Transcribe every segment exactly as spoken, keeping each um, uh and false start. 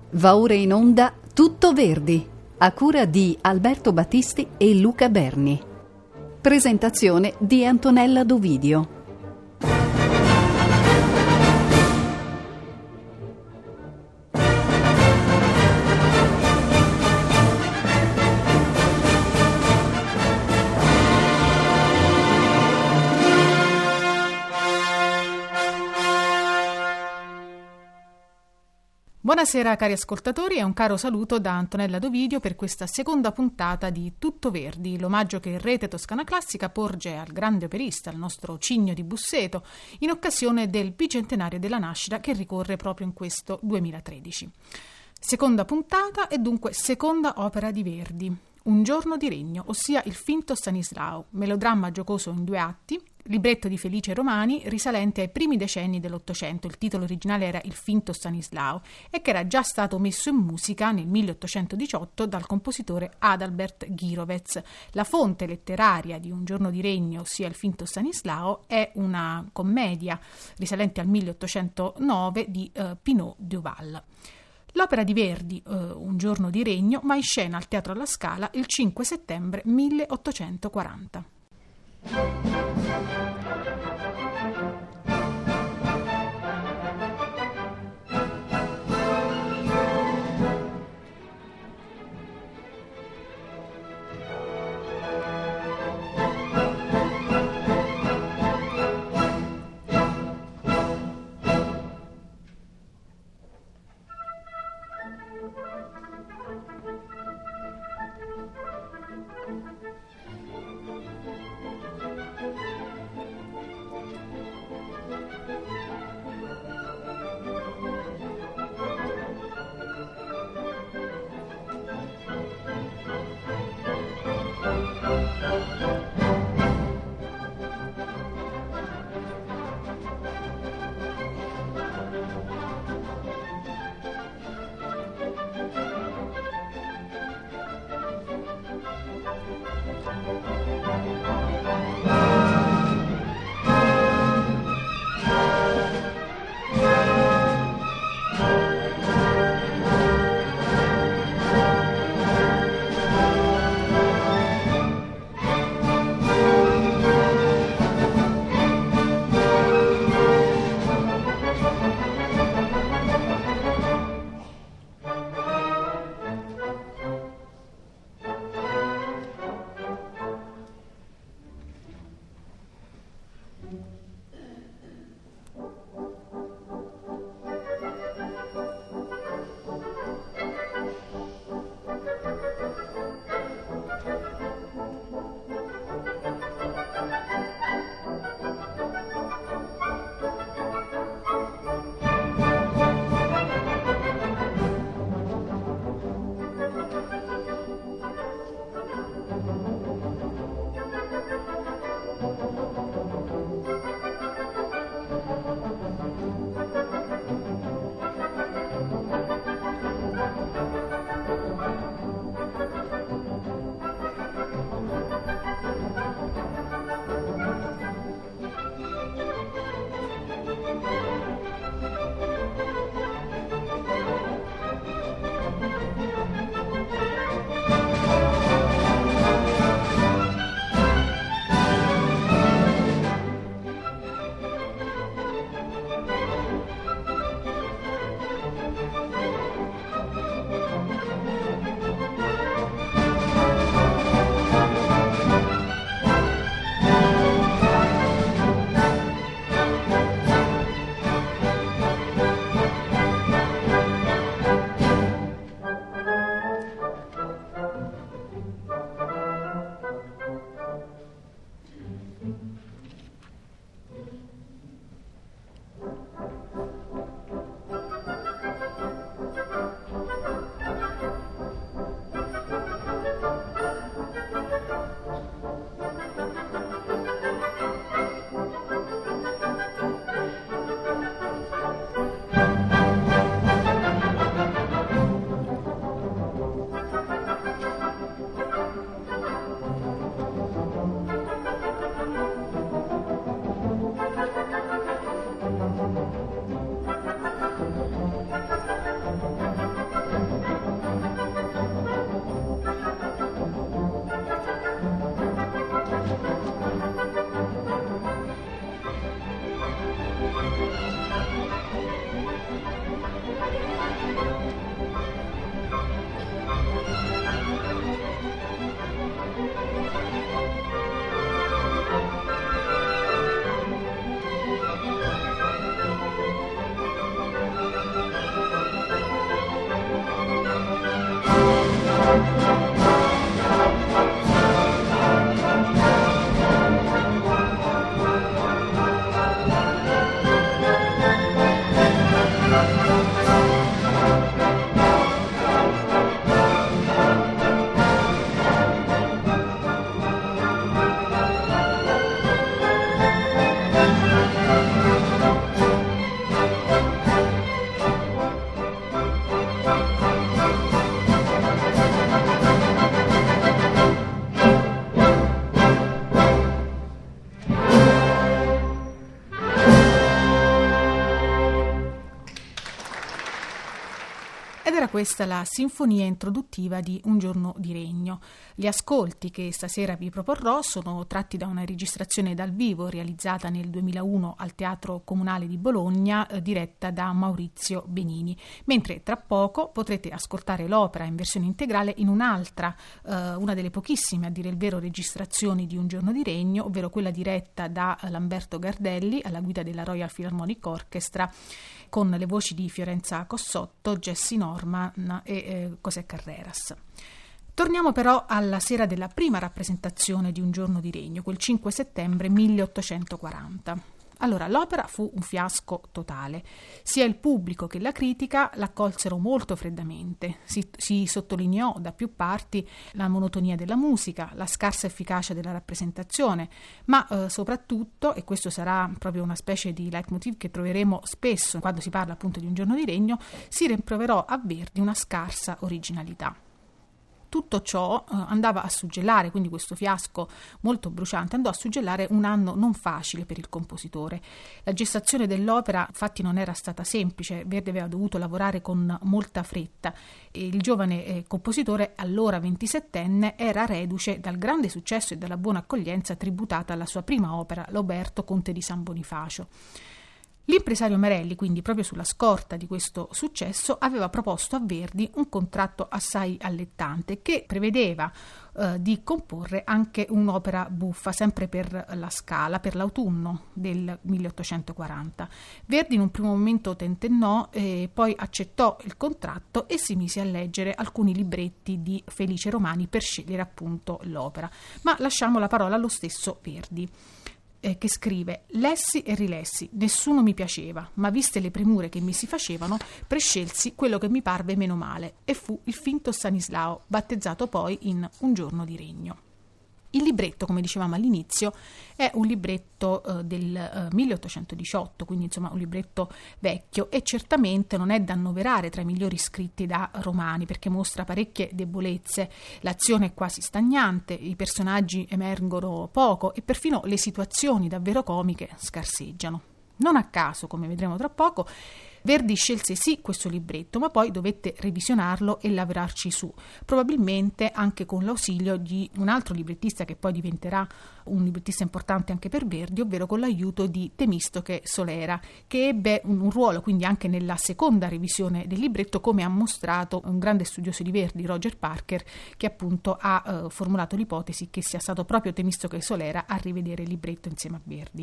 Va ora in onda Tutto Verdi, a cura di Alberto Battisti e Luca Berni. Presentazione di Antonella Dovidio. Buonasera cari ascoltatori e un caro saluto da Antonella Dovidio per questa seconda puntata di Tutto Verdi, l'omaggio che Rete Toscana Classica porge al grande operista, al nostro Cigno di Busseto, in occasione del bicentenario della nascita che ricorre proprio in questo duemilatredici. Seconda puntata e dunque seconda opera di Verdi, Un giorno di regno, ossia Il finto Stanislao, melodramma giocoso in due atti, libretto di Felice Romani, risalente ai primi decenni dell'Ottocento. Il titolo originale era Il finto Stanislao e che era già stato messo in musica nel milleottocentodiciotto dal compositore Adalbert Ghirovez. La fonte letteraria di Un giorno di regno, ossia Il finto Stanislao, è una commedia risalente al milleottocentonove di uh, Pinaud Duval. L'opera di Verdi, uh, Un giorno di regno, va in scena al Teatro alla Scala il cinque settembre milleottocentoquaranta. Questa è la sinfonia introduttiva di Un giorno di regno. Gli ascolti che stasera vi proporrò sono tratti da una registrazione dal vivo realizzata nel duemilauno al Teatro Comunale di Bologna, eh, diretta da Maurizio Benini, mentre tra poco potrete ascoltare l'opera in versione integrale in un'altra, eh, una delle pochissime a dire il vero registrazioni di Un giorno di regno, ovvero quella diretta da Lamberto Gardelli alla guida della Royal Philharmonic Orchestra, con le voci di Fiorenza Cossotto, Jessy Norman e eh, José Carreras. Torniamo però alla sera della prima rappresentazione di Un giorno di regno, quel cinque settembre milleottocentoquaranta. Allora, l'opera fu un fiasco totale. Sia il pubblico che la critica l'accolsero molto freddamente. Si, si sottolineò da più parti la monotonia della musica, la scarsa efficacia della rappresentazione, ma eh, soprattutto, e questo sarà proprio una specie di leitmotiv che troveremo spesso quando si parla appunto di Un giorno di regno, si rimproverò a Verdi una scarsa originalità. Tutto ciò eh, andava a suggellare, quindi questo fiasco molto bruciante andò a suggellare un anno non facile per il compositore. La gestazione dell'opera infatti non era stata semplice, Verdi aveva dovuto lavorare con molta fretta e il giovane eh, compositore, allora ventisettenne, era reduce dal grande successo e dalla buona accoglienza tributata alla sua prima opera, L'Oberto, conte di San Bonifacio. L'impresario Merelli, quindi proprio sulla scorta di questo successo, aveva proposto a Verdi un contratto assai allettante che prevedeva eh, di comporre anche un'opera buffa, sempre per la Scala, per l'autunno del milleottocentoquaranta. Verdi in un primo momento tentennò, e poi accettò il contratto e si mise a leggere alcuni libretti di Felice Romani per scegliere appunto l'opera. Ma lasciamo la parola allo stesso Verdi, Eh, che scrive: lessi e rilessi, nessuno mi piaceva, ma viste le premure che mi si facevano, prescelsi quello che mi parve meno male, e fu il finto Stanislao, battezzato poi in Un giorno di regno. Il libretto, come dicevamo all'inizio, è un libretto eh, del eh, milleottocentodiciotto, quindi insomma un libretto vecchio, e certamente non è da annoverare tra i migliori scritti da Romani, perché mostra parecchie debolezze, l'azione è quasi stagnante, i personaggi emergono poco e perfino le situazioni davvero comiche scarseggiano. Non a caso, come vedremo tra poco, Verdi scelse sì questo libretto, ma poi dovette revisionarlo e lavorarci su, probabilmente anche con l'ausilio di un altro librettista che poi diventerà un librettista importante anche per Verdi, ovvero con l'aiuto di Temistocle Solera, che ebbe un, un ruolo quindi anche nella seconda revisione del libretto, come ha mostrato un grande studioso di Verdi, Roger Parker, che appunto ha eh, formulato l'ipotesi che sia stato proprio Temistocle Solera a rivedere il libretto insieme a Verdi.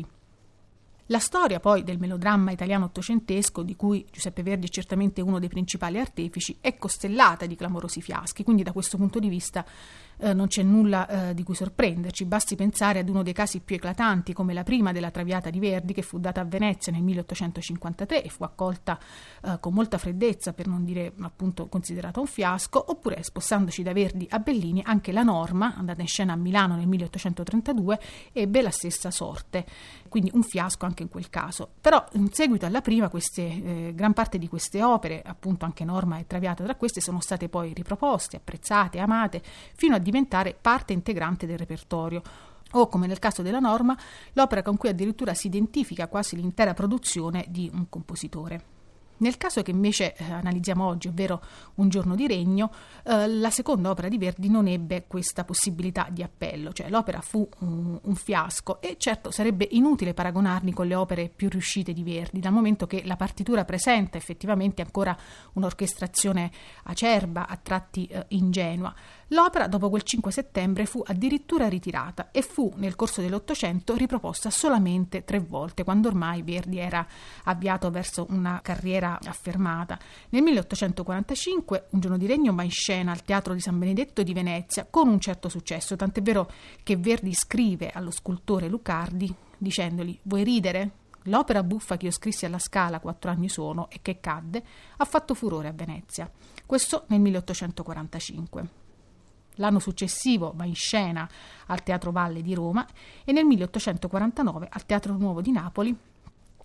La storia poi del melodramma italiano ottocentesco, di cui Giuseppe Verdi è certamente uno dei principali artefici, è costellata di clamorosi fiaschi, quindi da questo punto di vista eh, non c'è nulla eh, di cui sorprenderci. Basti pensare ad uno dei casi più eclatanti, come la prima della Traviata di Verdi, che fu data a Venezia nel milleottocentocinquantatré e fu accolta eh, con molta freddezza, per non dire appunto considerata un fiasco, oppure, spostandoci da Verdi a Bellini, anche La Norma, andata in scena a Milano nel milleottocentotrentadue, ebbe la stessa sorte, quindi un fiasco anche in quel caso. Però in seguito alla prima, queste, eh, gran parte di queste opere, appunto anche Norma e Traviata tra queste, sono state poi riproposte, apprezzate, amate, fino a diventare parte integrante del repertorio, o, come nel caso della Norma, l'opera con cui addirittura si identifica quasi l'intera produzione di un compositore. Nel caso che invece eh, analizziamo oggi, ovvero Un giorno di regno, eh, la seconda opera di Verdi non ebbe questa possibilità di appello, cioè l'opera fu un, un fiasco, e certo sarebbe inutile paragonarli con le opere più riuscite di Verdi, dal momento che la partitura presenta effettivamente ancora un'orchestrazione acerba, a tratti eh, ingenua. L'opera, dopo quel cinque settembre, fu addirittura ritirata e fu nel corso dell'Ottocento riproposta solamente tre volte, quando ormai Verdi era avviato verso una carriera affermata. Nel milleottocentoquarantacinque Un giorno di regno va in scena al Teatro di San Benedetto di Venezia con un certo successo, tant'è vero che Verdi scrive allo scultore Lucardi dicendogli: vuoi ridere? L'opera buffa che io scrissi alla Scala quattro anni sono e che cadde ha fatto furore a Venezia. Questo nel milleottocentoquarantacinque. L'anno successivo va in scena al Teatro Valle di Roma e nel milleottocentoquarantanove al Teatro Nuovo di Napoli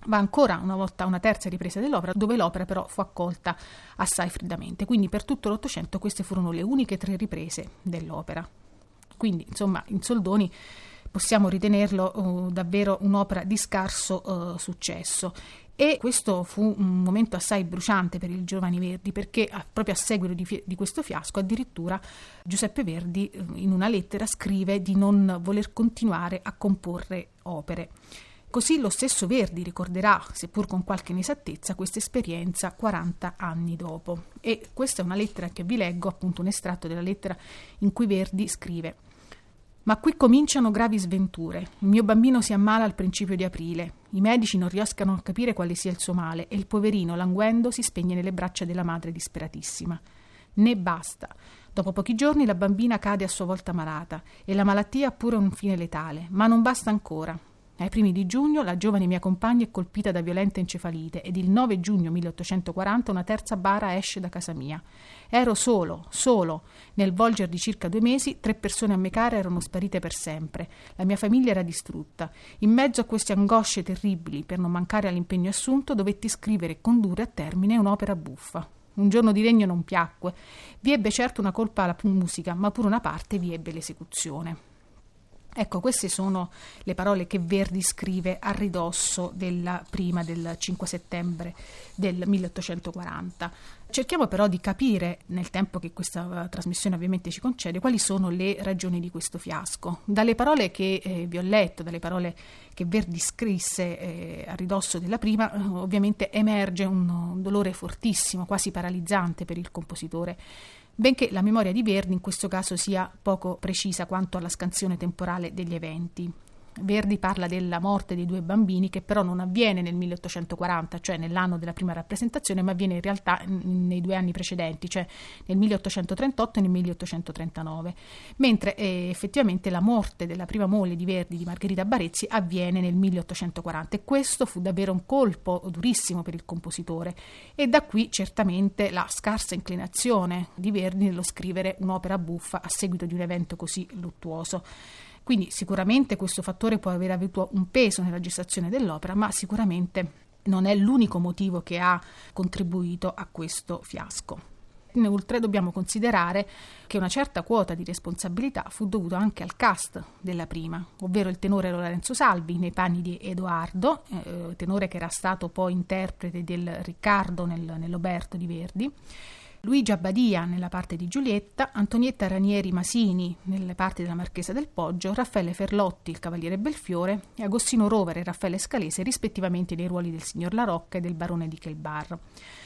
Va ancora una volta una terza ripresa dell'opera, dove l'opera però fu accolta assai freddamente. Quindi per tutto l'Ottocento queste furono le uniche tre riprese dell'opera. Quindi insomma in soldoni possiamo ritenerlo uh, davvero un'opera di scarso uh, successo. E questo fu un momento assai bruciante per il Giovanni Verdi, perché proprio a seguito di, di questo fiasco addirittura Giuseppe Verdi in una lettera scrive di non voler continuare a comporre opere. Così lo stesso Verdi ricorderà, seppur con qualche inesattezza, questa esperienza quaranta anni dopo. E questa è una lettera che vi leggo, appunto un estratto della lettera in cui Verdi scrive: «Ma qui cominciano gravi sventure. Il mio bambino si ammala al principio di aprile. I medici non riescono a capire quale sia il suo male e il poverino, languendo, si spegne nelle braccia della madre disperatissima. Né basta. Dopo pochi giorni la bambina cade a sua volta malata e la malattia ha pure un fine letale. Ma non basta ancora. Ai primi di giugno la giovane mia compagna è colpita da violenta encefalite ed il nove giugno milleottocentoquaranta una terza bara esce da casa mia. Ero solo, solo. Nel volger di circa due mesi tre persone a me care erano sparite per sempre. La mia famiglia era distrutta. In mezzo a queste angosce terribili, per non mancare all'impegno assunto, dovetti scrivere e condurre a termine un'opera buffa. Un giorno di regno non piacque. Vi ebbe certo una colpa la musica, ma pure una parte vi ebbe l'esecuzione». Ecco, queste sono le parole che Verdi scrive a ridosso della prima del cinque settembre del milleottocentoquaranta. Cerchiamo però di capire, nel tempo che questa trasmissione ovviamente ci concede, quali sono le ragioni di questo fiasco. Dalle parole che eh, vi ho letto, dalle parole che Verdi scrisse eh, a ridosso della prima, eh, ovviamente emerge un, un dolore fortissimo, quasi paralizzante per il compositore, benché la memoria di Verdi in questo caso sia poco precisa quanto alla scansione temporale degli eventi. Verdi parla della morte dei due bambini, che però non avviene nel milleottocentoquaranta, cioè nell'anno della prima rappresentazione, ma avviene in realtà nei due anni precedenti, cioè nel milleottocentotrentotto e nel milleottocentotrentanove, mentre eh, effettivamente la morte della prima moglie di Verdi, di Margherita Barezzi, avviene nel milleottocentoquaranta, e questo fu davvero un colpo durissimo per il compositore, e da qui certamente la scarsa inclinazione di Verdi nello scrivere un'opera buffa a seguito di un evento così luttuoso. Quindi sicuramente questo fattore può aver avuto un peso nella gestazione dell'opera, ma sicuramente non è l'unico motivo che ha contribuito a questo fiasco. Inoltre dobbiamo considerare che una certa quota di responsabilità fu dovuta anche al cast della prima, ovvero il tenore Lorenzo Salvi nei panni di Edoardo, eh, tenore che era stato poi interprete del Riccardo nel, nell'Oberto di Verdi, Luigia Badia nella parte di Giulietta, Antonietta Ranieri Masini nelle parti della Marchesa del Poggio, Raffaele Ferlotti, il Cavaliere Belfiore, e Agostino Rovere e Raffaele Scalese, rispettivamente nei ruoli del signor La Rocca e del barone di Chelbar.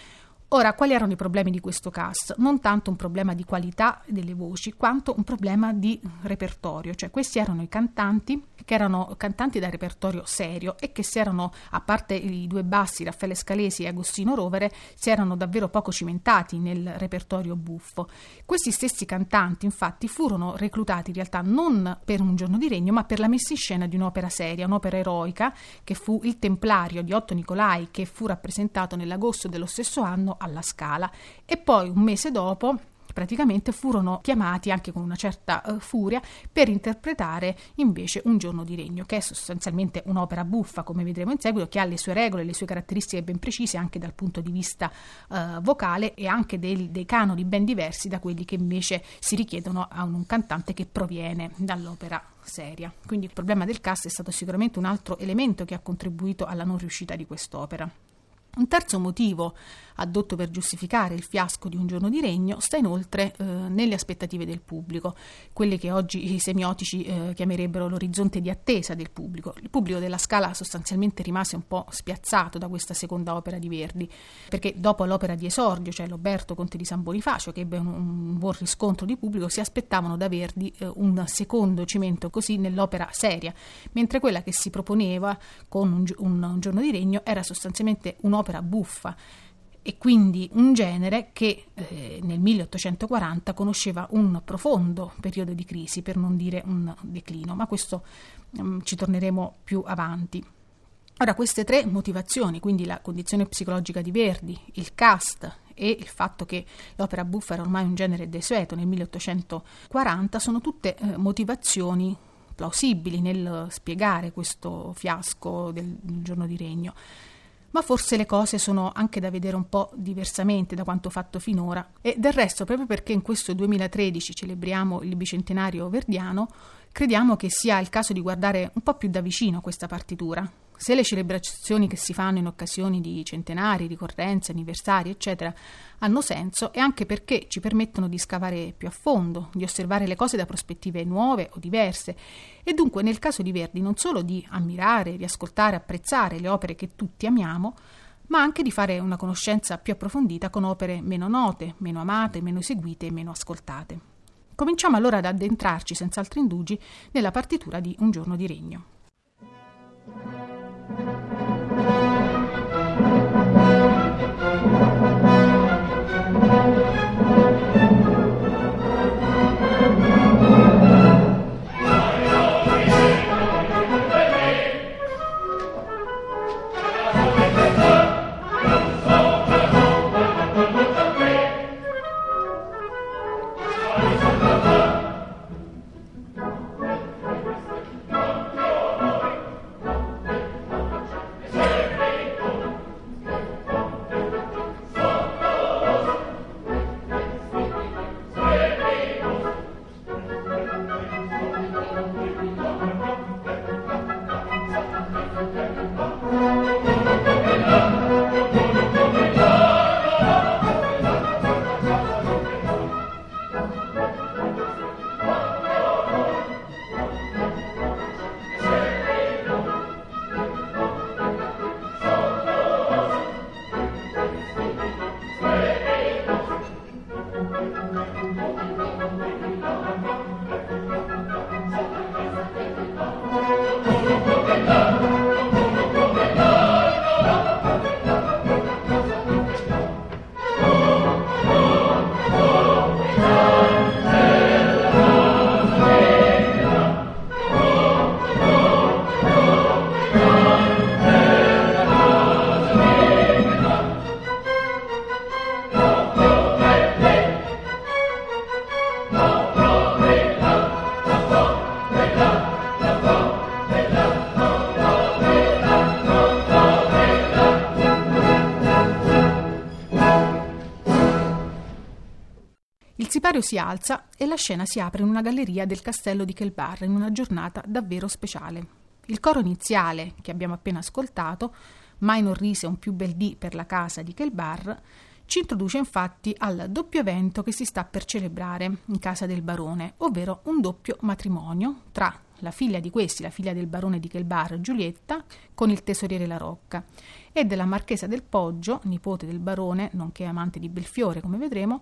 Ora, quali erano i problemi di questo cast? Non tanto un problema di qualità delle voci, quanto un problema di repertorio, cioè questi erano i cantanti che erano cantanti da repertorio serio e che si erano, a parte i due bassi, Raffaele Scalesi e Agostino Rovere, si erano davvero poco cimentati nel repertorio buffo. Questi stessi cantanti, infatti, furono reclutati in realtà non per Un giorno di regno, ma per la messa in scena di un'opera seria, un'opera eroica, che fu Il Templario di Otto Nicolai, che fu rappresentato nell'agosto dello stesso anno alla Scala, e poi un mese dopo praticamente furono chiamati anche con una certa uh, furia per interpretare invece Un giorno di regno, che è sostanzialmente un'opera buffa, come vedremo in seguito, che ha le sue regole, le sue caratteristiche ben precise anche dal punto di vista uh, vocale, e anche dei, dei canoni ben diversi da quelli che invece si richiedono a un, un cantante che proviene dall'opera seria. Quindi il problema del cast è stato sicuramente un altro elemento che ha contribuito alla non riuscita di quest'opera. Un terzo motivo addotto per giustificare il fiasco di Un giorno di regno sta inoltre eh, nelle aspettative del pubblico, quelle che oggi i semiotici eh, chiamerebbero l'orizzonte di attesa del pubblico. Il pubblico della Scala sostanzialmente rimase un po' spiazzato da questa seconda opera di Verdi, perché dopo l'opera di esordio, cioè l'Oberto Conte di San Bonifacio, che ebbe un, un buon riscontro di pubblico, si aspettavano da Verdi eh, un secondo cimento così nell'opera seria, mentre quella che si proponeva con un, un, un giorno di regno era sostanzialmente un'opera buffa, e quindi un genere che eh, nel milleottocentoquaranta conosceva un profondo periodo di crisi, per non dire un declino, ma questo um, ci torneremo più avanti. Ora, queste tre motivazioni, quindi la condizione psicologica di Verdi, il cast e il fatto che l'opera buffa era ormai un genere desueto nel milleottocentoquaranta, sono tutte eh, motivazioni plausibili nel spiegare questo fiasco del, del Giorno di Regno. Ma forse le cose sono anche da vedere un po' diversamente da quanto fatto finora, e del resto, proprio perché in questo duemilatredici celebriamo il bicentenario verdiano, crediamo che sia il caso di guardare un po' più da vicino questa partitura. Se le celebrazioni che si fanno in occasioni di centenari, ricorrenze, anniversari, eccetera, hanno senso, è anche perché ci permettono di scavare più a fondo, di osservare le cose da prospettive nuove o diverse, e dunque nel caso di Verdi non solo di ammirare, riascoltare, apprezzare le opere che tutti amiamo, ma anche di fare una conoscenza più approfondita con opere meno note, meno amate, meno eseguite e meno ascoltate. Cominciamo allora ad addentrarci senza altri indugi nella partitura di Un giorno di regno. Il sipario si alza e la scena si apre in una galleria del castello di Kelbar in una giornata davvero speciale. Il coro iniziale, che abbiamo appena ascoltato, Mai non rise un più bel dì per la casa di Kelbar, ci introduce infatti al doppio evento che si sta per celebrare in casa del barone, ovvero un doppio matrimonio tra la figlia di questi, la figlia del barone di Kelbar, Giulietta, con il tesoriere La Rocca, e della marchesa del Poggio, nipote del barone, nonché amante di Belfiore, come vedremo,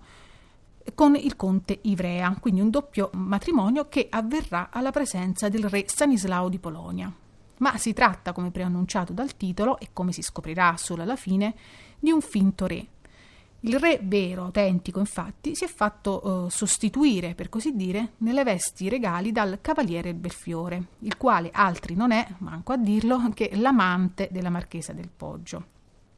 con il conte Ivrea, quindi un doppio matrimonio che avverrà alla presenza del re Stanislao di Polonia. Ma si tratta, come preannunciato dal titolo, e come si scoprirà solo alla fine, di un finto re. Il re vero, autentico, infatti, si è fatto eh, sostituire, per così dire, nelle vesti regali dal cavaliere Belfiore, il quale altri non è, manco a dirlo, che l'amante della marchesa del Poggio.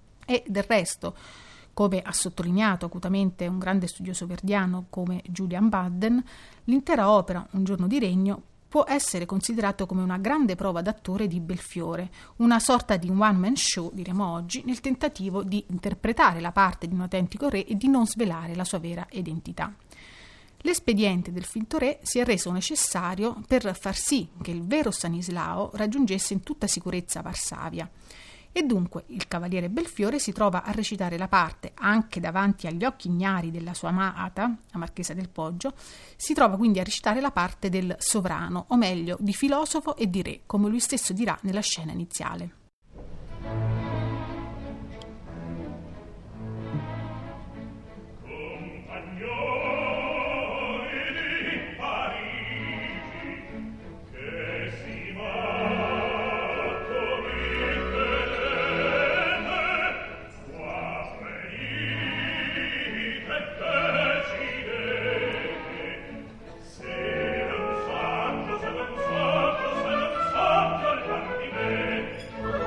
E del resto, come ha sottolineato acutamente un grande studioso verdiano come Julian Budden, l'intera opera Un giorno di regno può essere considerato come una grande prova d'attore di Belfiore, una sorta di one-man show, diremo oggi, nel tentativo di interpretare la parte di un autentico re e di non svelare la sua vera identità. L'espediente del finto re si è reso necessario per far sì che il vero Stanislao raggiungesse in tutta sicurezza Varsavia. E dunque il cavaliere Belfiore si trova a recitare la parte, anche davanti agli occhi ignari della sua amata, la marchesa del Poggio, si trova quindi a recitare la parte del sovrano, o meglio di filosofo e di re, come lui stesso dirà nella scena iniziale. Thank you.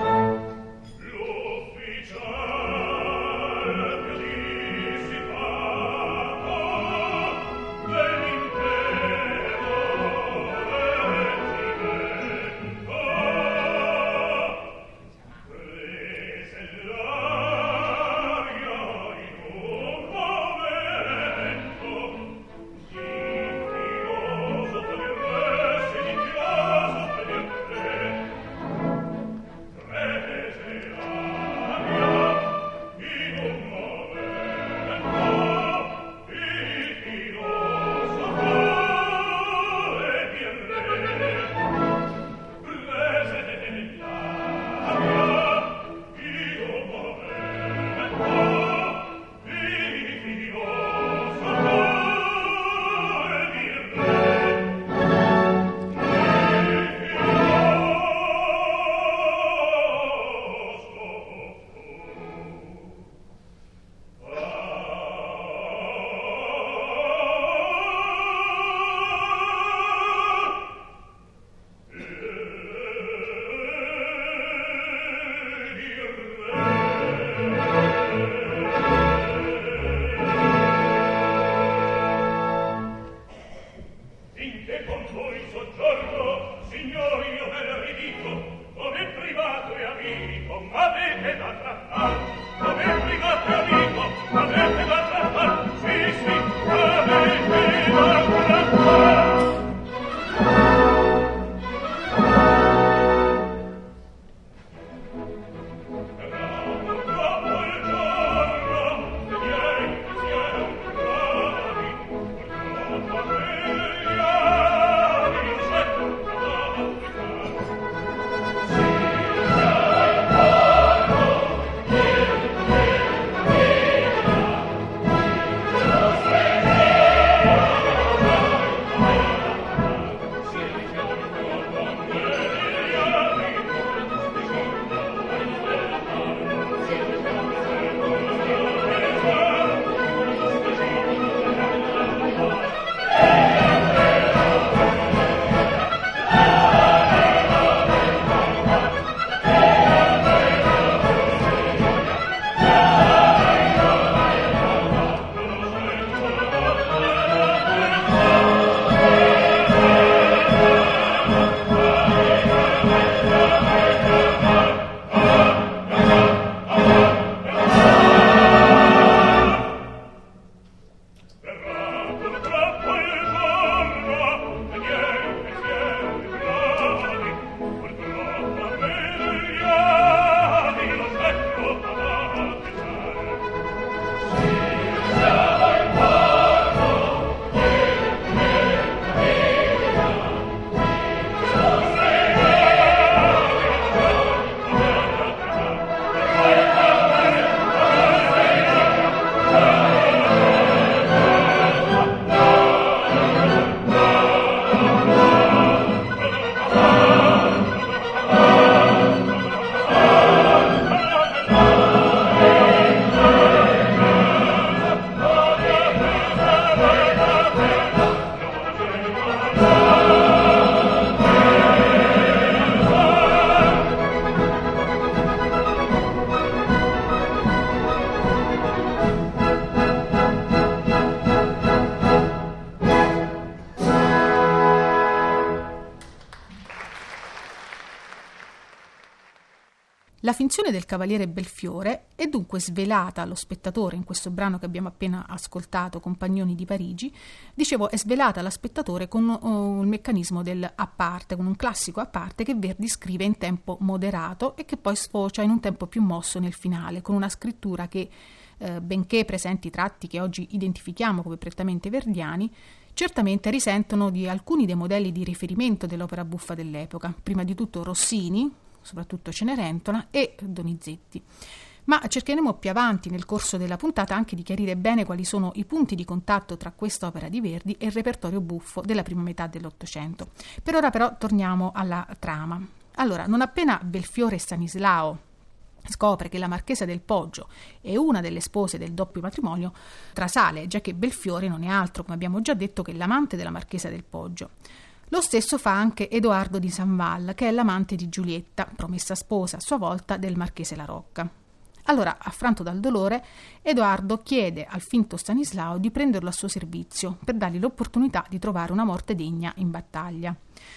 La finzione del cavaliere Belfiore è dunque svelata allo spettatore in questo brano che abbiamo appena ascoltato, Compagnoni di Parigi. Dicevo, è svelata allo spettatore con uh, il meccanismo del a parte, con un classico a parte che Verdi scrive in tempo moderato e che poi sfocia in un tempo più mosso nel finale, con una scrittura che, eh, benché presenti tratti che oggi identifichiamo come prettamente verdiani, certamente risentono di alcuni dei modelli di riferimento dell'opera buffa dell'epoca, prima di tutto Rossini, soprattutto Cenerentola, e Donizetti. Ma cercheremo più avanti nel corso della puntata anche di chiarire bene quali sono i punti di contatto tra questa opera di Verdi e il repertorio buffo della prima metà dell'Ottocento. Per ora però torniamo alla trama. Allora, non appena Belfiore Stanislao scopre che la Marchesa del Poggio è una delle spose del doppio matrimonio, trasale, già che Belfiore non è altro, come abbiamo già detto, che l'amante della Marchesa del Poggio. Lo stesso fa anche Edoardo di San Val, che è l'amante di Giulietta, promessa sposa a sua volta del marchese La Rocca. Allora, affranto dal dolore, Edoardo chiede al finto Stanislao di prenderlo a suo servizio per dargli l'opportunità di trovare una morte degna in battaglia.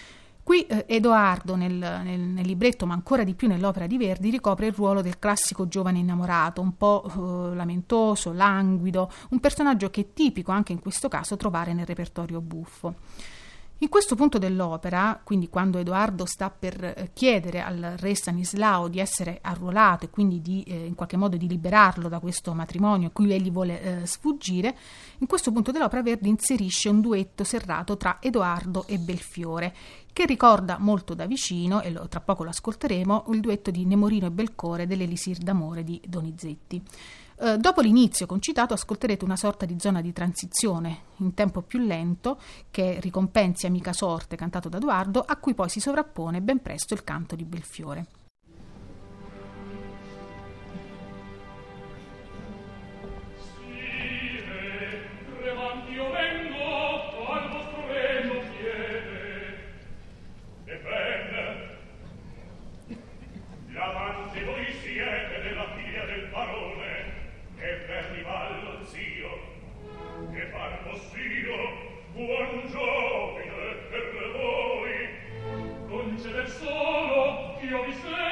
Qui eh, Edoardo, nel, nel, nel libretto, ma ancora di più nell'opera di Verdi, ricopre il ruolo del classico giovane innamorato, un po' eh, lamentoso, languido, un personaggio che è tipico anche in questo caso trovare nel repertorio buffo. In questo punto dell'opera, quindi quando Edoardo sta per chiedere al re Stanislao di essere arruolato e quindi di, eh, in qualche modo di liberarlo da questo matrimonio a cui egli vuole eh, sfuggire, in questo punto dell'opera Verdi inserisce un duetto serrato tra Edoardo e Belfiore, che ricorda molto da vicino, e lo, tra poco lo ascolteremo, il duetto di Nemorino e Belcore dell'Elisir d'amore di Donizetti. Eh, dopo l'inizio concitato ascolterete una sorta di zona di transizione in tempo più lento che ricompensi Amica sorte cantato da Edoardo, a cui poi si sovrappone ben presto il canto di Belfiore. Buon giovine per voi, concede solo che io vi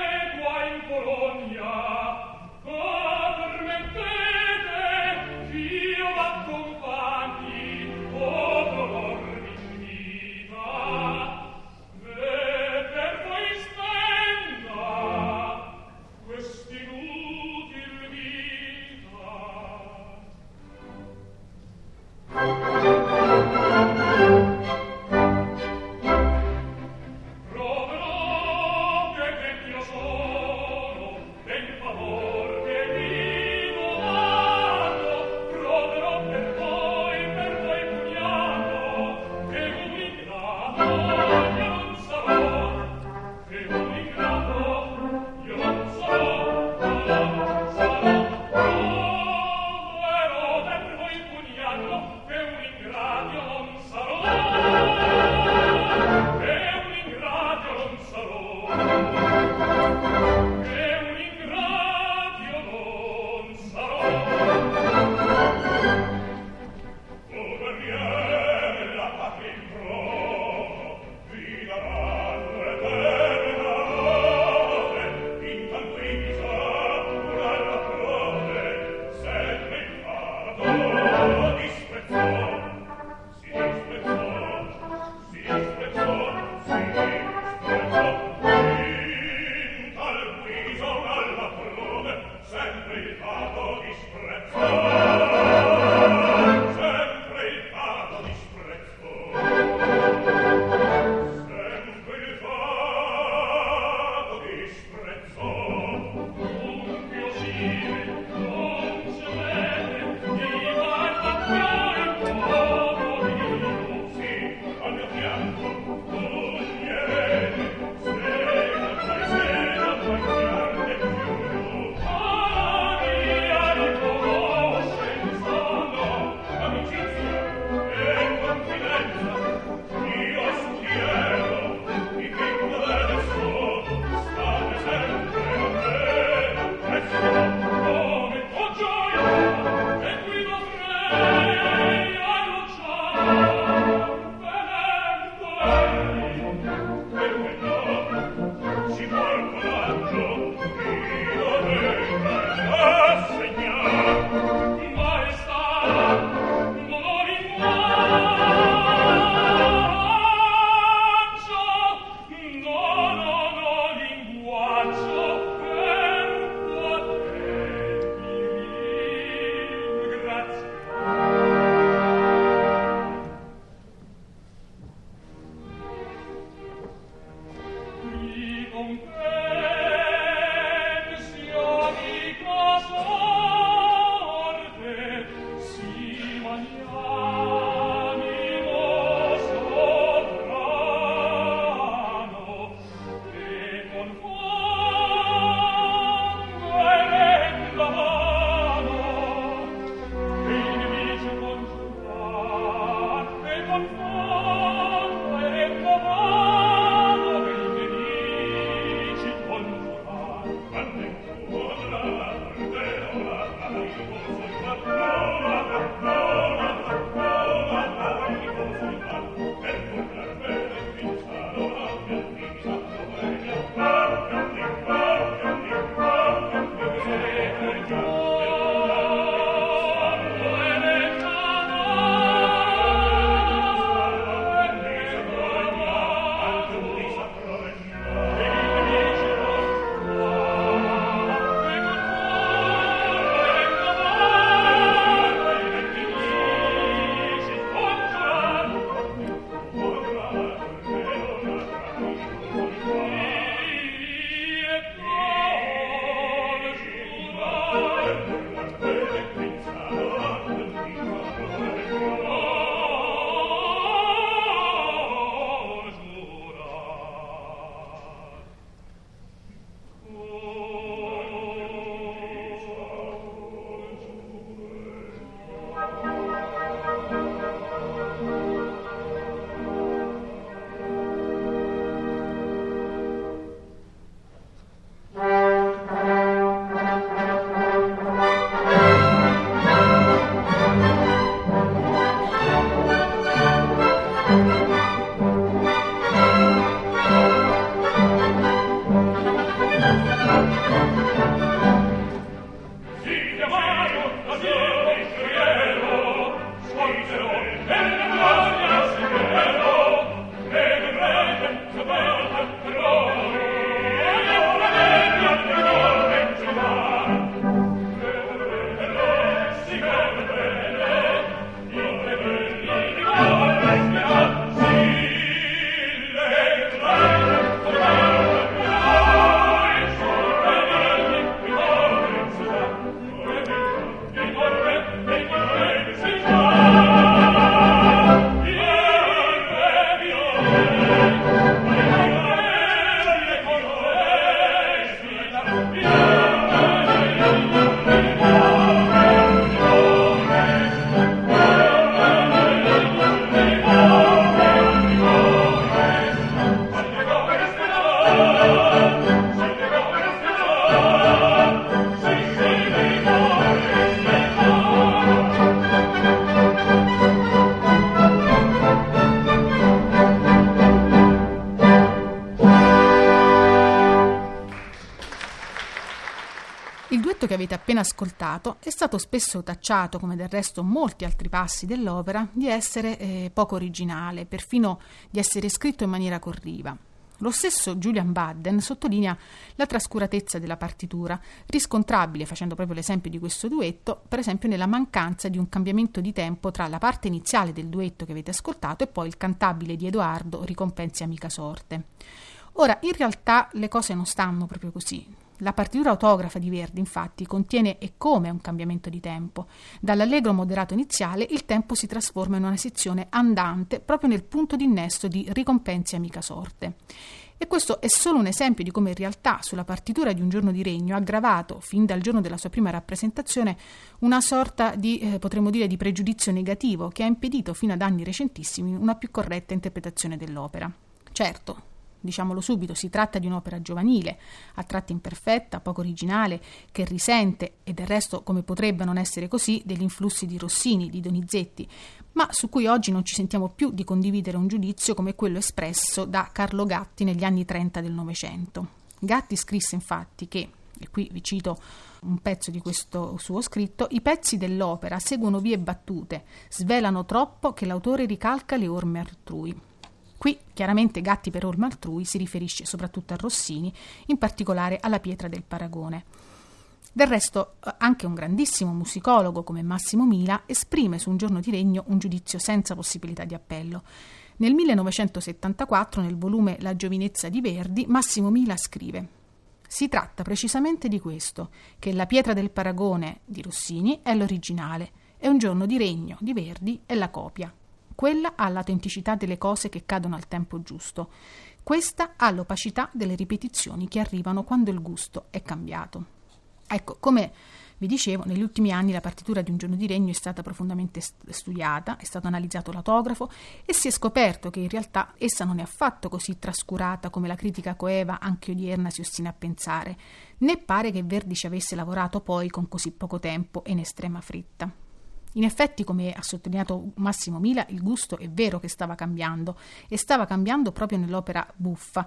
appena ascoltato è stato spesso tacciato, come del resto molti altri passi dell'opera, di essere eh, poco originale, perfino di essere scritto in maniera corriva. Lo stesso Julian Budden sottolinea la trascuratezza della partitura, riscontrabile, facendo proprio l'esempio di questo duetto, per esempio nella mancanza di un cambiamento di tempo tra la parte iniziale del duetto che avete ascoltato e poi il cantabile di Edoardo, Ricompensi amica sorte. Ora, in realtà le cose non stanno proprio così. La partitura autografa di Verdi, infatti, contiene e come un cambiamento di tempo. Dall'allegro moderato iniziale il tempo si trasforma in una sezione andante proprio nel punto di innesto di Ricompensi amica sorte. E questo è solo un esempio di come in realtà sulla partitura di Un giorno di regno ha gravato, fin dal giorno della sua prima rappresentazione, una sorta di, eh, potremmo dire, di pregiudizio negativo che ha impedito fino ad anni recentissimi una più corretta interpretazione dell'opera. Certo, diciamolo subito, si tratta di un'opera giovanile, a tratti imperfetta, poco originale, che risente, e del resto come potrebbe non essere così, degli influssi di Rossini, di Donizetti, ma su cui oggi non ci sentiamo più di condividere un giudizio come quello espresso da Carlo Gatti negli anni trenta del Novecento. Gatti scrisse infatti che, e qui vi cito un pezzo di questo suo scritto, i pezzi dell'opera seguono vie battute, svelano troppo che l'autore ricalca le orme altrui. Qui chiaramente Gatti per orme altrui si riferisce soprattutto a Rossini, in particolare alla Pietra del Paragone. Del resto anche un grandissimo musicologo come Massimo Mila esprime su Un giorno di regno un giudizio senza possibilità di appello. Nel millenovecentosettantaquattro, nel volume La giovinezza di Verdi, Massimo Mila scrive: si tratta precisamente di questo, che La Pietra del Paragone di Rossini è l'originale e Un giorno di regno di Verdi è la copia. Quella ha l'autenticità delle cose che cadono al tempo giusto. Questa ha l'opacità delle ripetizioni che arrivano quando il gusto è cambiato. Ecco, come vi dicevo, negli ultimi anni la partitura di Un giorno di regno è stata profondamente studiata, è stato analizzato l'autografo e si è scoperto che in realtà essa non è affatto così trascurata come la critica coeva anche odierna si ostina a pensare, né pare che Verdi ci avesse lavorato poi con così poco tempo e in estrema fretta. In effetti, come ha sottolineato Massimo Mila, il gusto è vero che stava cambiando e stava cambiando proprio nell'opera buffa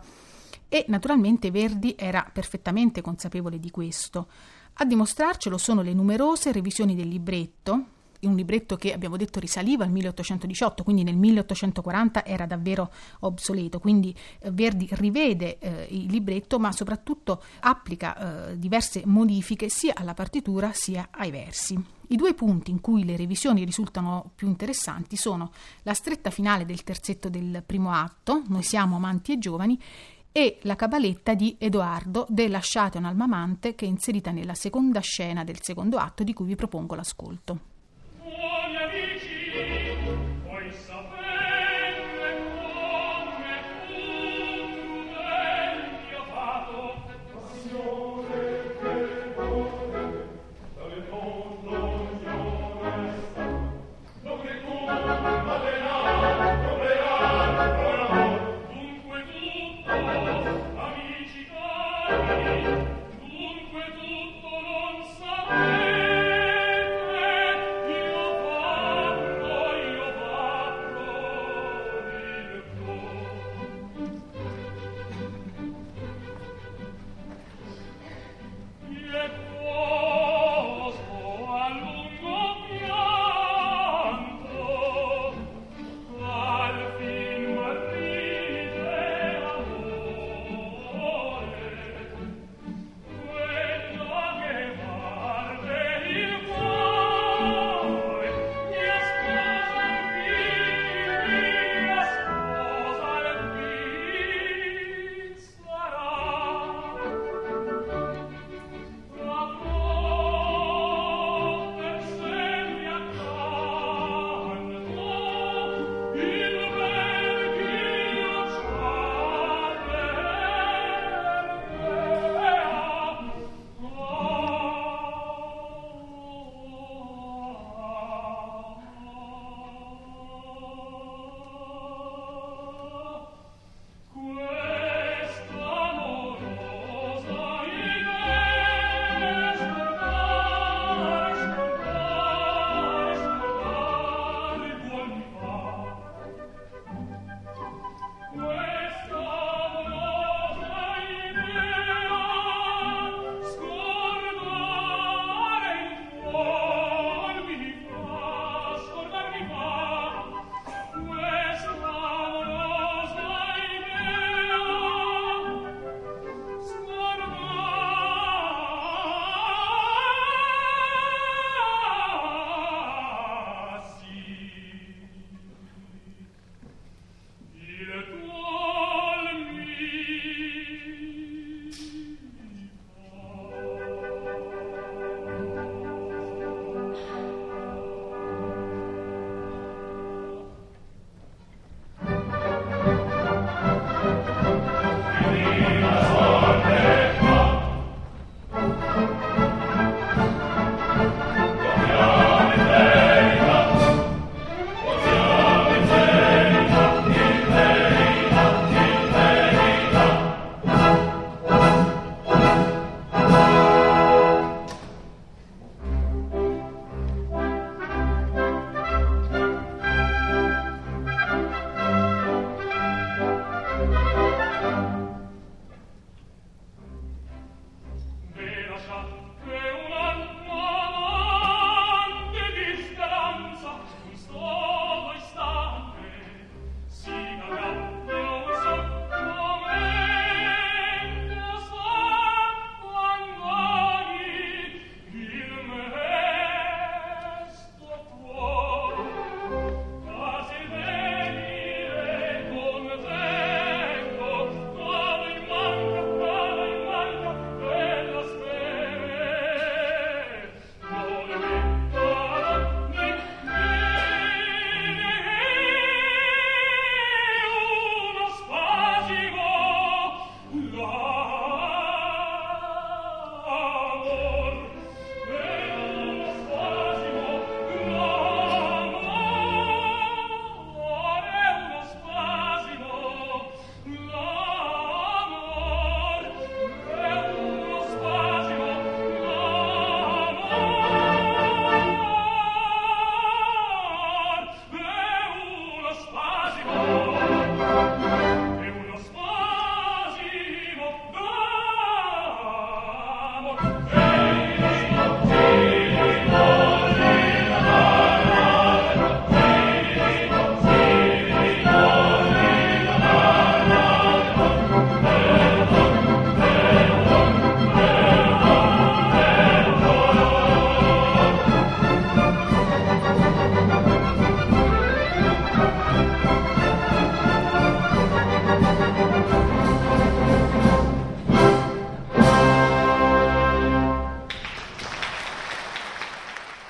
e naturalmente Verdi era perfettamente consapevole di questo. A dimostrarcelo sono le numerose revisioni del libretto, un libretto che abbiamo detto risaliva al milleottocentodiciotto, quindi nel milleottocentoquaranta era davvero obsoleto, quindi eh, Verdi rivede eh, il libretto ma soprattutto applica eh, diverse modifiche sia alla partitura sia ai versi. I due punti in cui le revisioni risultano più interessanti sono la stretta finale del terzetto del primo atto, Noi siamo amanti e giovani, e la cabaletta di Edoardo de Lasciate un'alma amante, che è inserita nella seconda scena del secondo atto, di cui vi propongo l'ascolto. Dunque tutto non sapete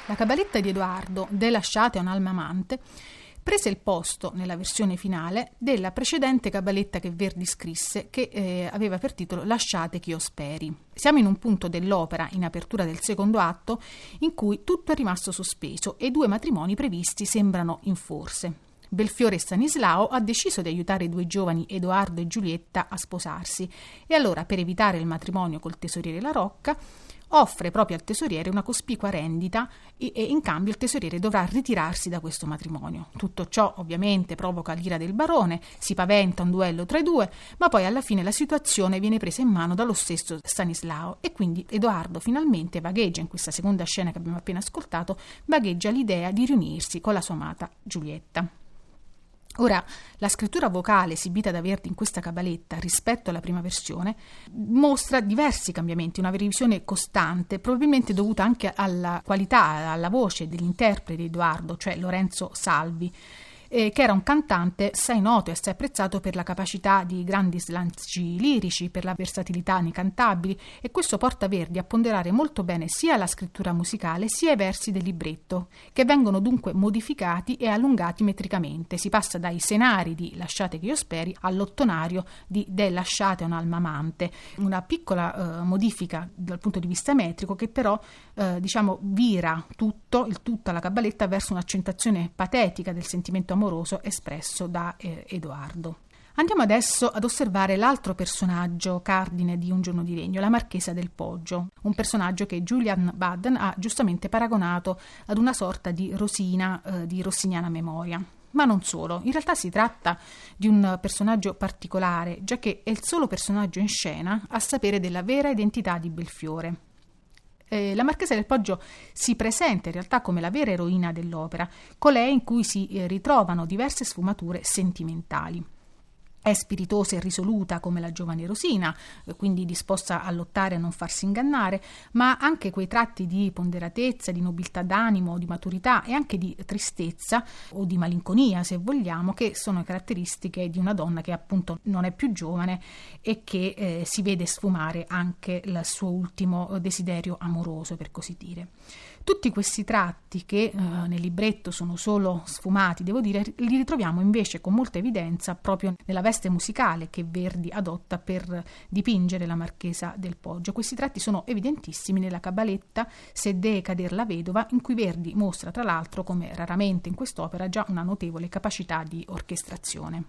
La cabaletta di Edoardo, De lasciate a un'alma amante, prese il posto nella versione finale della precedente cabaletta che Verdi scrisse, che eh, aveva per titolo Lasciate ch'io speri. Siamo in un punto dell'opera, in apertura del secondo atto, in cui tutto è rimasto sospeso e i due matrimoni previsti sembrano in forse. Belfiore e Stanislao ha deciso di aiutare i due giovani Edoardo e Giulietta a sposarsi e allora, per evitare il matrimonio col tesoriere La Rocca, offre proprio al tesoriere una cospicua rendita e, e in cambio il tesoriere dovrà ritirarsi da questo matrimonio. Tutto ciò ovviamente provoca l'ira del barone, si paventa un duello tra i due, ma poi alla fine la situazione viene presa in mano dallo stesso Stanislao e quindi Edoardo finalmente vagheggia, in questa seconda scena che abbiamo appena ascoltato, vagheggia l'idea di riunirsi con la sua amata Giulietta. Ora, la scrittura vocale esibita da Verdi in questa cabaletta rispetto alla prima versione mostra diversi cambiamenti, una revisione costante, probabilmente dovuta anche alla qualità, alla voce dell'interprete di Edoardo, cioè Lorenzo Salvi, eh, che era un cantante assai noto e assai apprezzato per la capacità di grandi slanci lirici, per la versatilità nei cantabili, e questo porta Verdi a ponderare molto bene sia la scrittura musicale sia i versi del libretto, che vengono dunque modificati e allungati metricamente. Si passa dai senari di Lasciate che io speri all'ottonario di De lasciate un'alma amante, una piccola eh, modifica dal punto di vista metrico che però eh, diciamo vira tutto, il tutta la cabaletta verso un'accentuazione patetica del sentimento amoroso espresso da eh, Edoardo. Andiamo adesso ad osservare l'altro personaggio cardine di Un giorno di legno, la Marchesa del Poggio, un personaggio che Julian Baden ha giustamente paragonato ad una sorta di Rosina eh, di rossiniana memoria. Ma non solo, in realtà si tratta di un personaggio particolare, già che è il solo personaggio in scena a sapere della vera identità di Belfiore. Eh, la Marchesa del Poggio si presenta in realtà come la vera eroina dell'opera, colei in cui si eh, ritrovano diverse sfumature sentimentali. È spiritosa e risoluta come la giovane Rosina, quindi disposta a lottare e a non farsi ingannare, ma anche quei tratti di ponderatezza, di nobiltà d'animo, di maturità e anche di tristezza o di malinconia, se vogliamo, che sono caratteristiche di una donna che appunto non è più giovane e che eh, si vede sfumare anche il suo ultimo desiderio amoroso, per così dire. Tutti questi tratti che eh, nel libretto sono solo sfumati, devo dire, li ritroviamo invece con molta evidenza proprio nella veste musicale che Verdi adotta per dipingere la Marchesa del Poggio. Questi tratti sono evidentissimi nella cabaletta Se dee cader la vedova, in cui Verdi mostra tra l'altro, come raramente in quest'opera, già una notevole capacità di orchestrazione.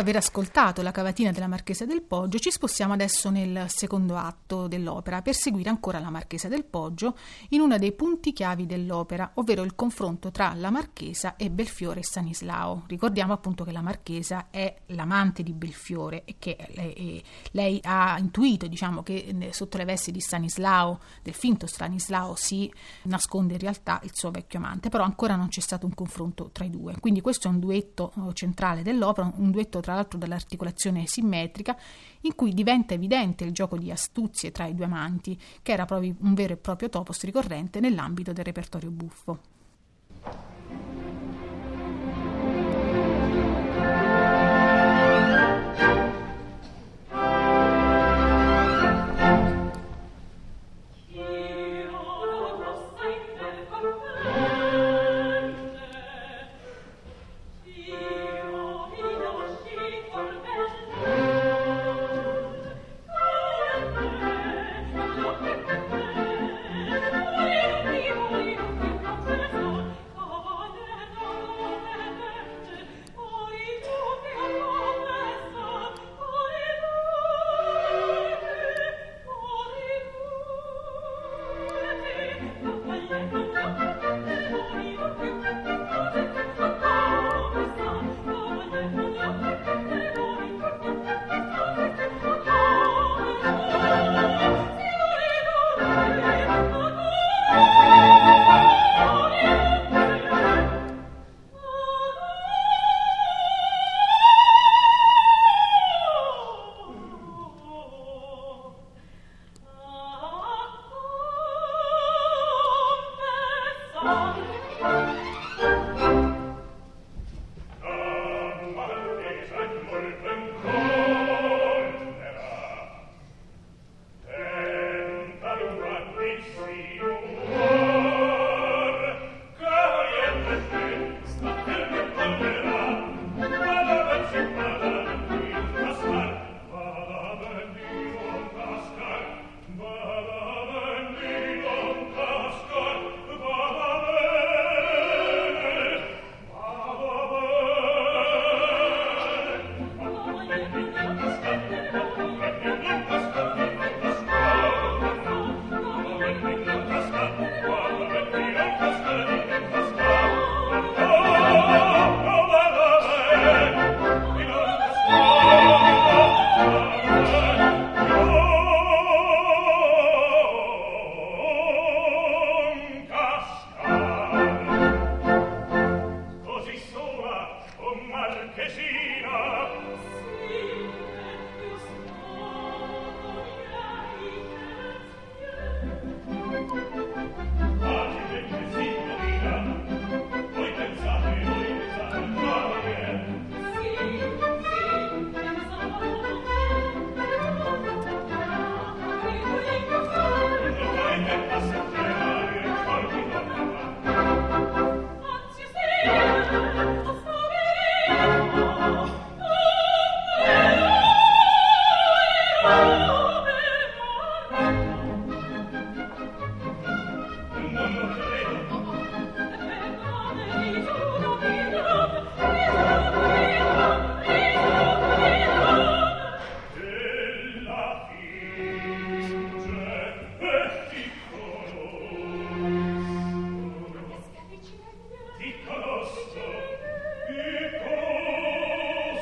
aver ascoltato la cavatina della Marchesa del Poggio, ci spostiamo adesso nel secondo atto dell'opera per seguire ancora la Marchesa del Poggio in uno dei punti chiavi dell'opera, ovvero il confronto tra la Marchesa e Belfiore e Stanislao. Ricordiamo appunto che la Marchesa è l'amante di Belfiore e che lei, lei ha intuito, diciamo, che sotto le vesti di Stanislao, del finto Stanislao, si nasconde in realtà il suo vecchio amante, però ancora non c'è stato un confronto tra i due. Quindi questo è un duetto centrale dell'opera, un duetto tra l'altro dall'articolazione simmetrica, in cui diventa evidente il gioco di astuzie tra i due amanti, che era proprio un vero e proprio topos ricorrente nell'ambito del repertorio buffo.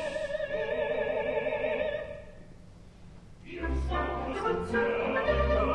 Thank you.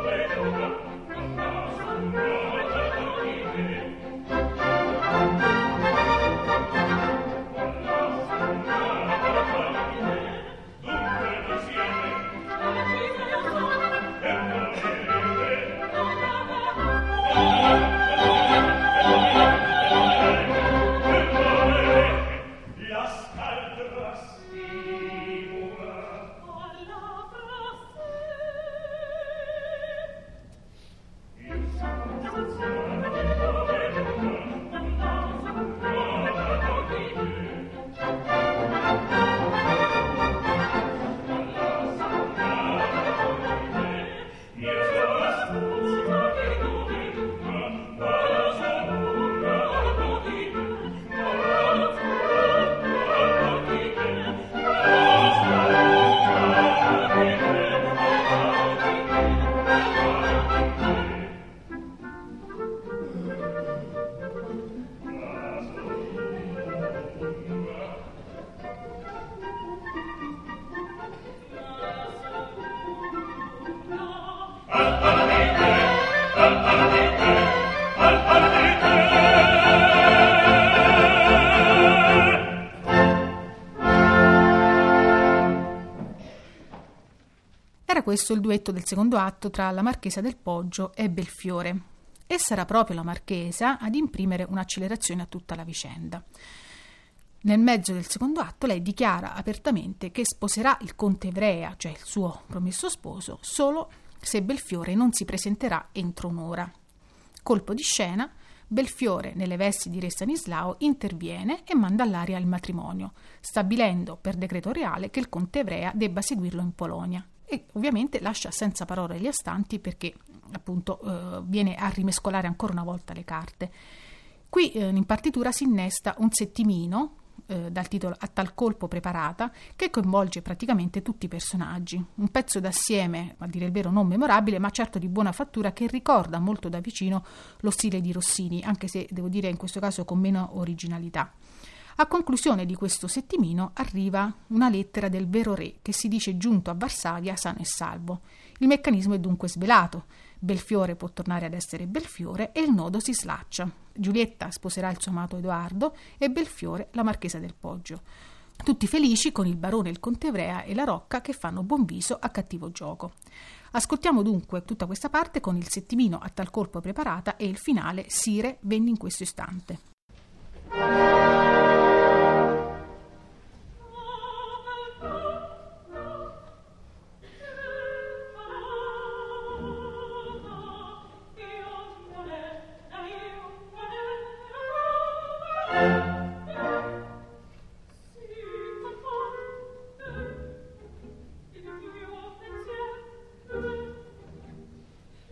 questo il duetto del secondo atto tra la Marchesa del Poggio e Belfiore, e sarà proprio la Marchesa ad imprimere un'accelerazione a tutta la vicenda. Nel mezzo del secondo atto lei dichiara apertamente che sposerà il conte Ivrea, cioè il suo promesso sposo, solo se Belfiore non si presenterà entro un'ora. Colpo di scena, Belfiore, nelle vesti di re Stanislao, interviene e manda all'aria il matrimonio, stabilendo per decreto reale che il conte Ivrea debba seguirlo in Polonia. E ovviamente lascia senza parole gli astanti perché appunto eh, viene a rimescolare ancora una volta le carte. Qui eh, in partitura si innesta un settimino eh, dal titolo A tal colpo preparata, che coinvolge praticamente tutti i personaggi, un pezzo d'assieme, a dire il vero non memorabile, ma certo di buona fattura, che ricorda molto da vicino lo stile di Rossini, anche se devo dire in questo caso con meno originalità. A conclusione di questo settimino arriva una lettera del vero re che si dice giunto a Varsavia sano e salvo. Il meccanismo è dunque svelato. Belfiore può tornare ad essere Belfiore e il nodo si slaccia. Giulietta sposerà il suo amato Edoardo e Belfiore la Marchesa del Poggio. Tutti felici con il barone, il conte Ivrea e la Rocca che fanno buon viso a cattivo gioco. Ascoltiamo dunque tutta questa parte con il settimino A tal colpo preparata e il finale Sire venni in questo istante.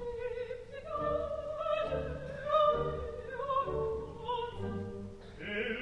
Hey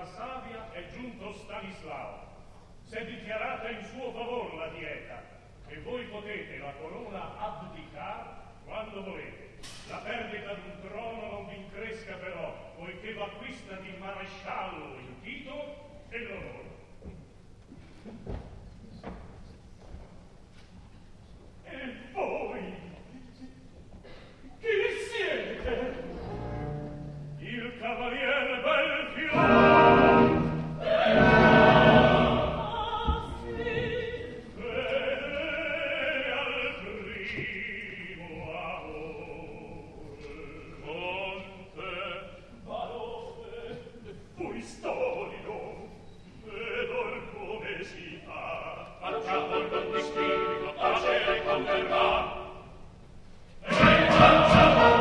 Savia è giunto Stanislao. S'è dichiarata in suo favor la dieta, e voi potete la corona abdicar quando volete. La perdita d'un trono non vi incresca però, poiché v'acquista di maresciallo il titolo e l'onore. E voi? Chi siete? Il cavaliere Belfiore. Ah, sì. Fedele al primo amore. Monte, valore, fui storico. Vedor come si fa. Facciamo il don di spirito, pace e converrà. E facciamo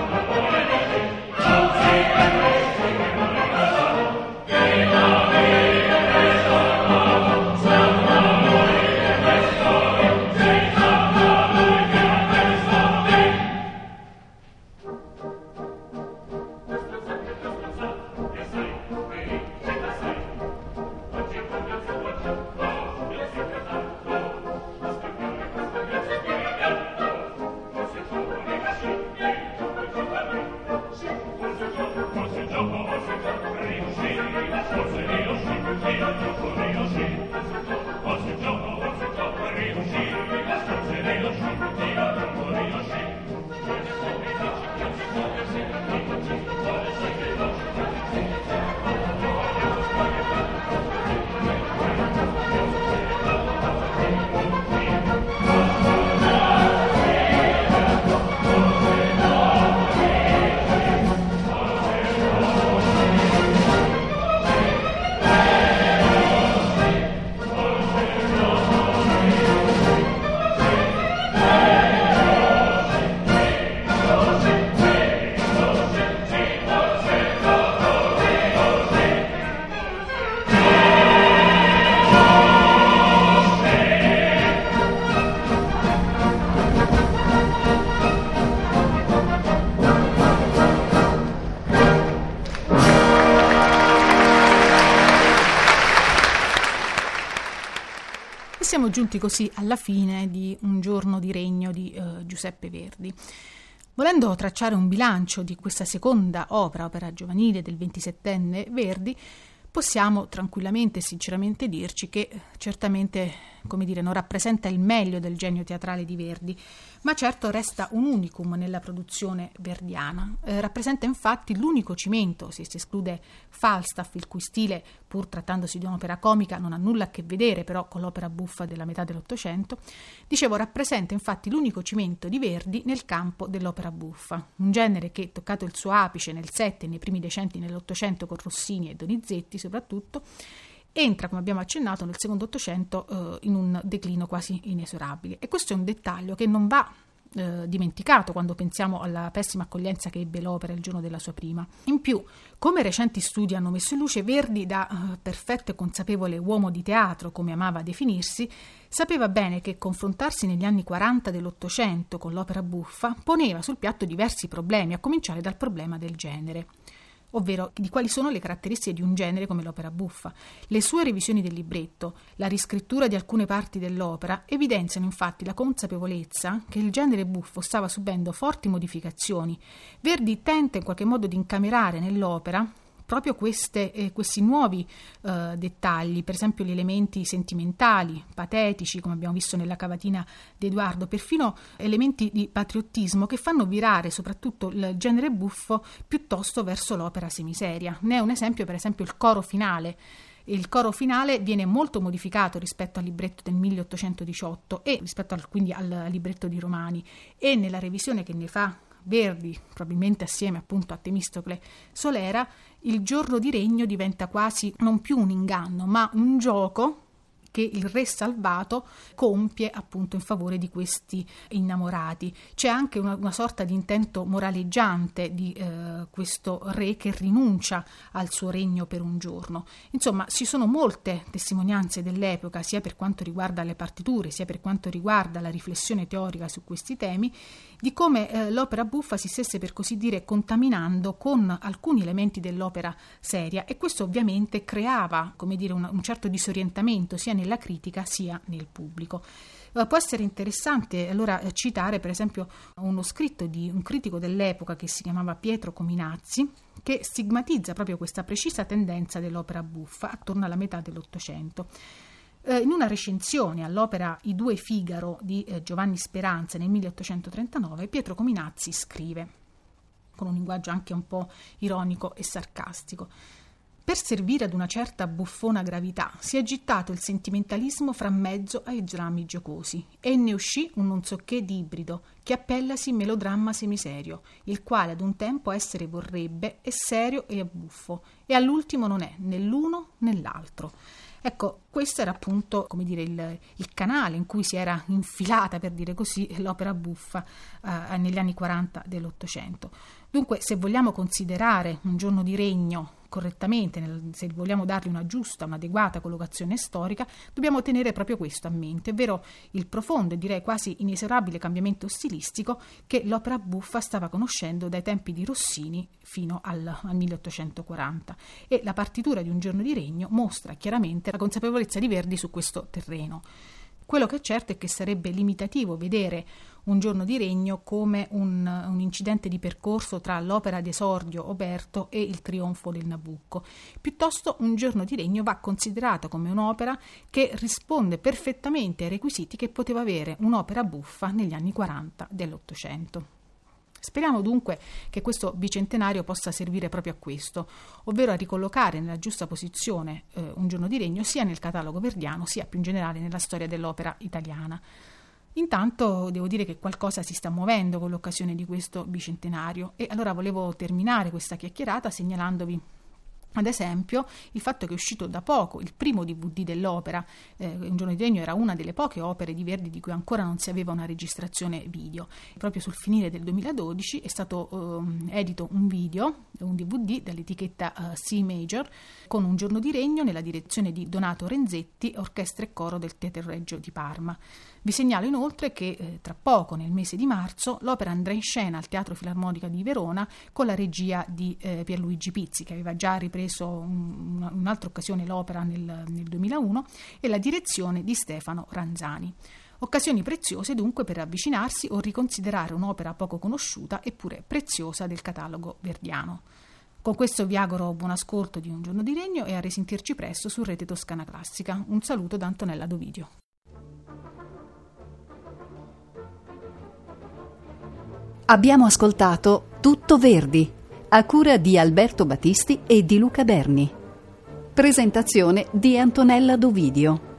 Siamo giunti così alla fine di Un giorno di regno di uh, Giuseppe Verdi. Volendo tracciare un bilancio di questa seconda opera, opera giovanile del ventisettenne Verdi, possiamo tranquillamente e sinceramente dirci che certamente, come dire, non rappresenta il meglio del genio teatrale di Verdi, ma certo resta un unicum nella produzione verdiana. Eh, rappresenta infatti l'unico cimento, se si esclude Falstaff, il cui stile, pur trattandosi di un'opera comica, non ha nulla a che vedere però con l'opera buffa della metà dell'Ottocento. Dicevo, rappresenta infatti l'unico cimento di Verdi nel campo dell'opera buffa, un genere che, toccato il suo apice nel sette e nei primi decenni dell'Ottocento con Rossini e Donizetti soprattutto, entra, come abbiamo accennato, nel secondo Ottocento eh, in un declino quasi inesorabile. E questo è un dettaglio che non va eh, dimenticato quando pensiamo alla pessima accoglienza che ebbe l'opera il giorno della sua prima. In più, come recenti studi hanno messo in luce, Verdi, da eh, perfetto e consapevole uomo di teatro, come amava definirsi, sapeva bene che confrontarsi negli anni quaranta dell'Ottocento con l'opera buffa poneva sul piatto diversi problemi, a cominciare dal problema del genere, ovvero di quali sono le caratteristiche di un genere come l'opera buffa. Le sue revisioni del libretto, la riscrittura di alcune parti dell'opera evidenziano infatti la consapevolezza che il genere buffo stava subendo forti modificazioni. Verdi tenta in qualche modo di incamerare nell'opera proprio queste, eh, questi nuovi eh, dettagli, per esempio gli elementi sentimentali, patetici, come abbiamo visto nella cavatina di Edoardo, perfino elementi di patriottismo che fanno virare soprattutto il genere buffo piuttosto verso l'opera semiseria. Ne è un esempio, per esempio, il coro finale. Il coro finale viene molto modificato rispetto al libretto del milleottocentodiciotto e rispetto al, quindi al libretto di Romani, e nella revisione che ne fa Verdi, probabilmente assieme appunto a Temistocle Solera, il giorno di regno diventa quasi non più un inganno, ma un gioco che il re salvato compie appunto in favore di questi innamorati. C'è anche una, una sorta di intento moraleggiante di eh, questo re che rinuncia al suo regno per un giorno. Insomma, ci sono molte testimonianze dell'epoca, sia per quanto riguarda le partiture, sia per quanto riguarda la riflessione teorica su questi temi, di come eh, l'opera buffa si stesse per così dire contaminando con alcuni elementi dell'opera seria, e questo ovviamente creava, come dire, un, un certo disorientamento sia nella critica sia nel pubblico. Uh, può essere interessante allora eh, citare per esempio uno scritto di un critico dell'epoca che si chiamava Pietro Cominazzi, che stigmatizza proprio questa precisa tendenza dell'opera buffa attorno alla metà dell'Ottocento. Uh, in una recensione all'opera I due Figaro di uh, Giovanni Speranza nel milleottocentotrentanove, Pietro Cominazzi scrive, con un linguaggio anche un po' ironico e sarcastico: per servire ad una certa buffona gravità si è gittato il sentimentalismo fra mezzo ai drammi giocosi, e ne uscì un non so che di ibrido che appellasi melodramma semiserio, il quale ad un tempo essere vorrebbe è serio e buffo, e all'ultimo non è né l'uno né l'altro. Ecco, questo era appunto, come dire, il, il canale in cui si era infilata, per dire così, l'opera buffa eh, negli anni quaranta dell'Ottocento. Dunque, se vogliamo considerare Un giorno di regno correttamente, nel, se vogliamo dargli una giusta, un'adeguata collocazione storica, dobbiamo tenere proprio questo a mente, ovvero il profondo e direi quasi inesorabile cambiamento stilistico che l'opera buffa stava conoscendo dai tempi di Rossini fino al, al milleottocentoquaranta, e la partitura di Un giorno di regno mostra chiaramente la consapevolezza di Verdi su questo terreno. Quello che è certo è che sarebbe limitativo vedere Un giorno di regno come un, un incidente di percorso tra l'opera d'esordio Oberto e il trionfo del Nabucco. Piuttosto Un giorno di regno va considerata come un'opera che risponde perfettamente ai requisiti che poteva avere un'opera buffa negli anni quaranta dell'Ottocento. Speriamo dunque che questo bicentenario possa servire proprio a questo, ovvero a ricollocare nella giusta posizione eh, Un giorno di regno sia nel catalogo verdiano sia più in generale nella storia dell'opera italiana. Intanto devo dire che qualcosa si sta muovendo con l'occasione di questo bicentenario, e allora volevo terminare questa chiacchierata segnalandovi ad esempio il fatto che è uscito da poco il primo D V D dell'opera. eh, Un giorno di regno era una delle poche opere di Verdi di cui ancora non si aveva una registrazione video. Proprio sul finire del duemiladodici è stato eh, edito un video, un D V D dall'etichetta eh, C Major, con Un giorno di regno nella direzione di Donato Renzetti, orchestra e coro del Teatro Regio di Parma. Vi segnalo inoltre che eh, tra poco, nel mese di marzo, l'opera andrà in scena al Teatro Filarmonica di Verona con la regia di eh, Pierluigi Pizzi, che aveva già ripreso un, un'altra occasione l'opera nel, nel duemilauno, e la direzione di Stefano Ranzani. Occasioni preziose dunque per avvicinarsi o riconsiderare un'opera poco conosciuta eppure preziosa del catalogo verdiano. Con questo vi auguro buon ascolto di Un giorno di regno e a risentirci presto su Rete Toscana Classica. Un saluto da Antonella Dovidio. Abbiamo ascoltato Tutto Verdi, a cura di Alberto Battisti e di Luca Berni. Presentazione di Antonella Dovidio.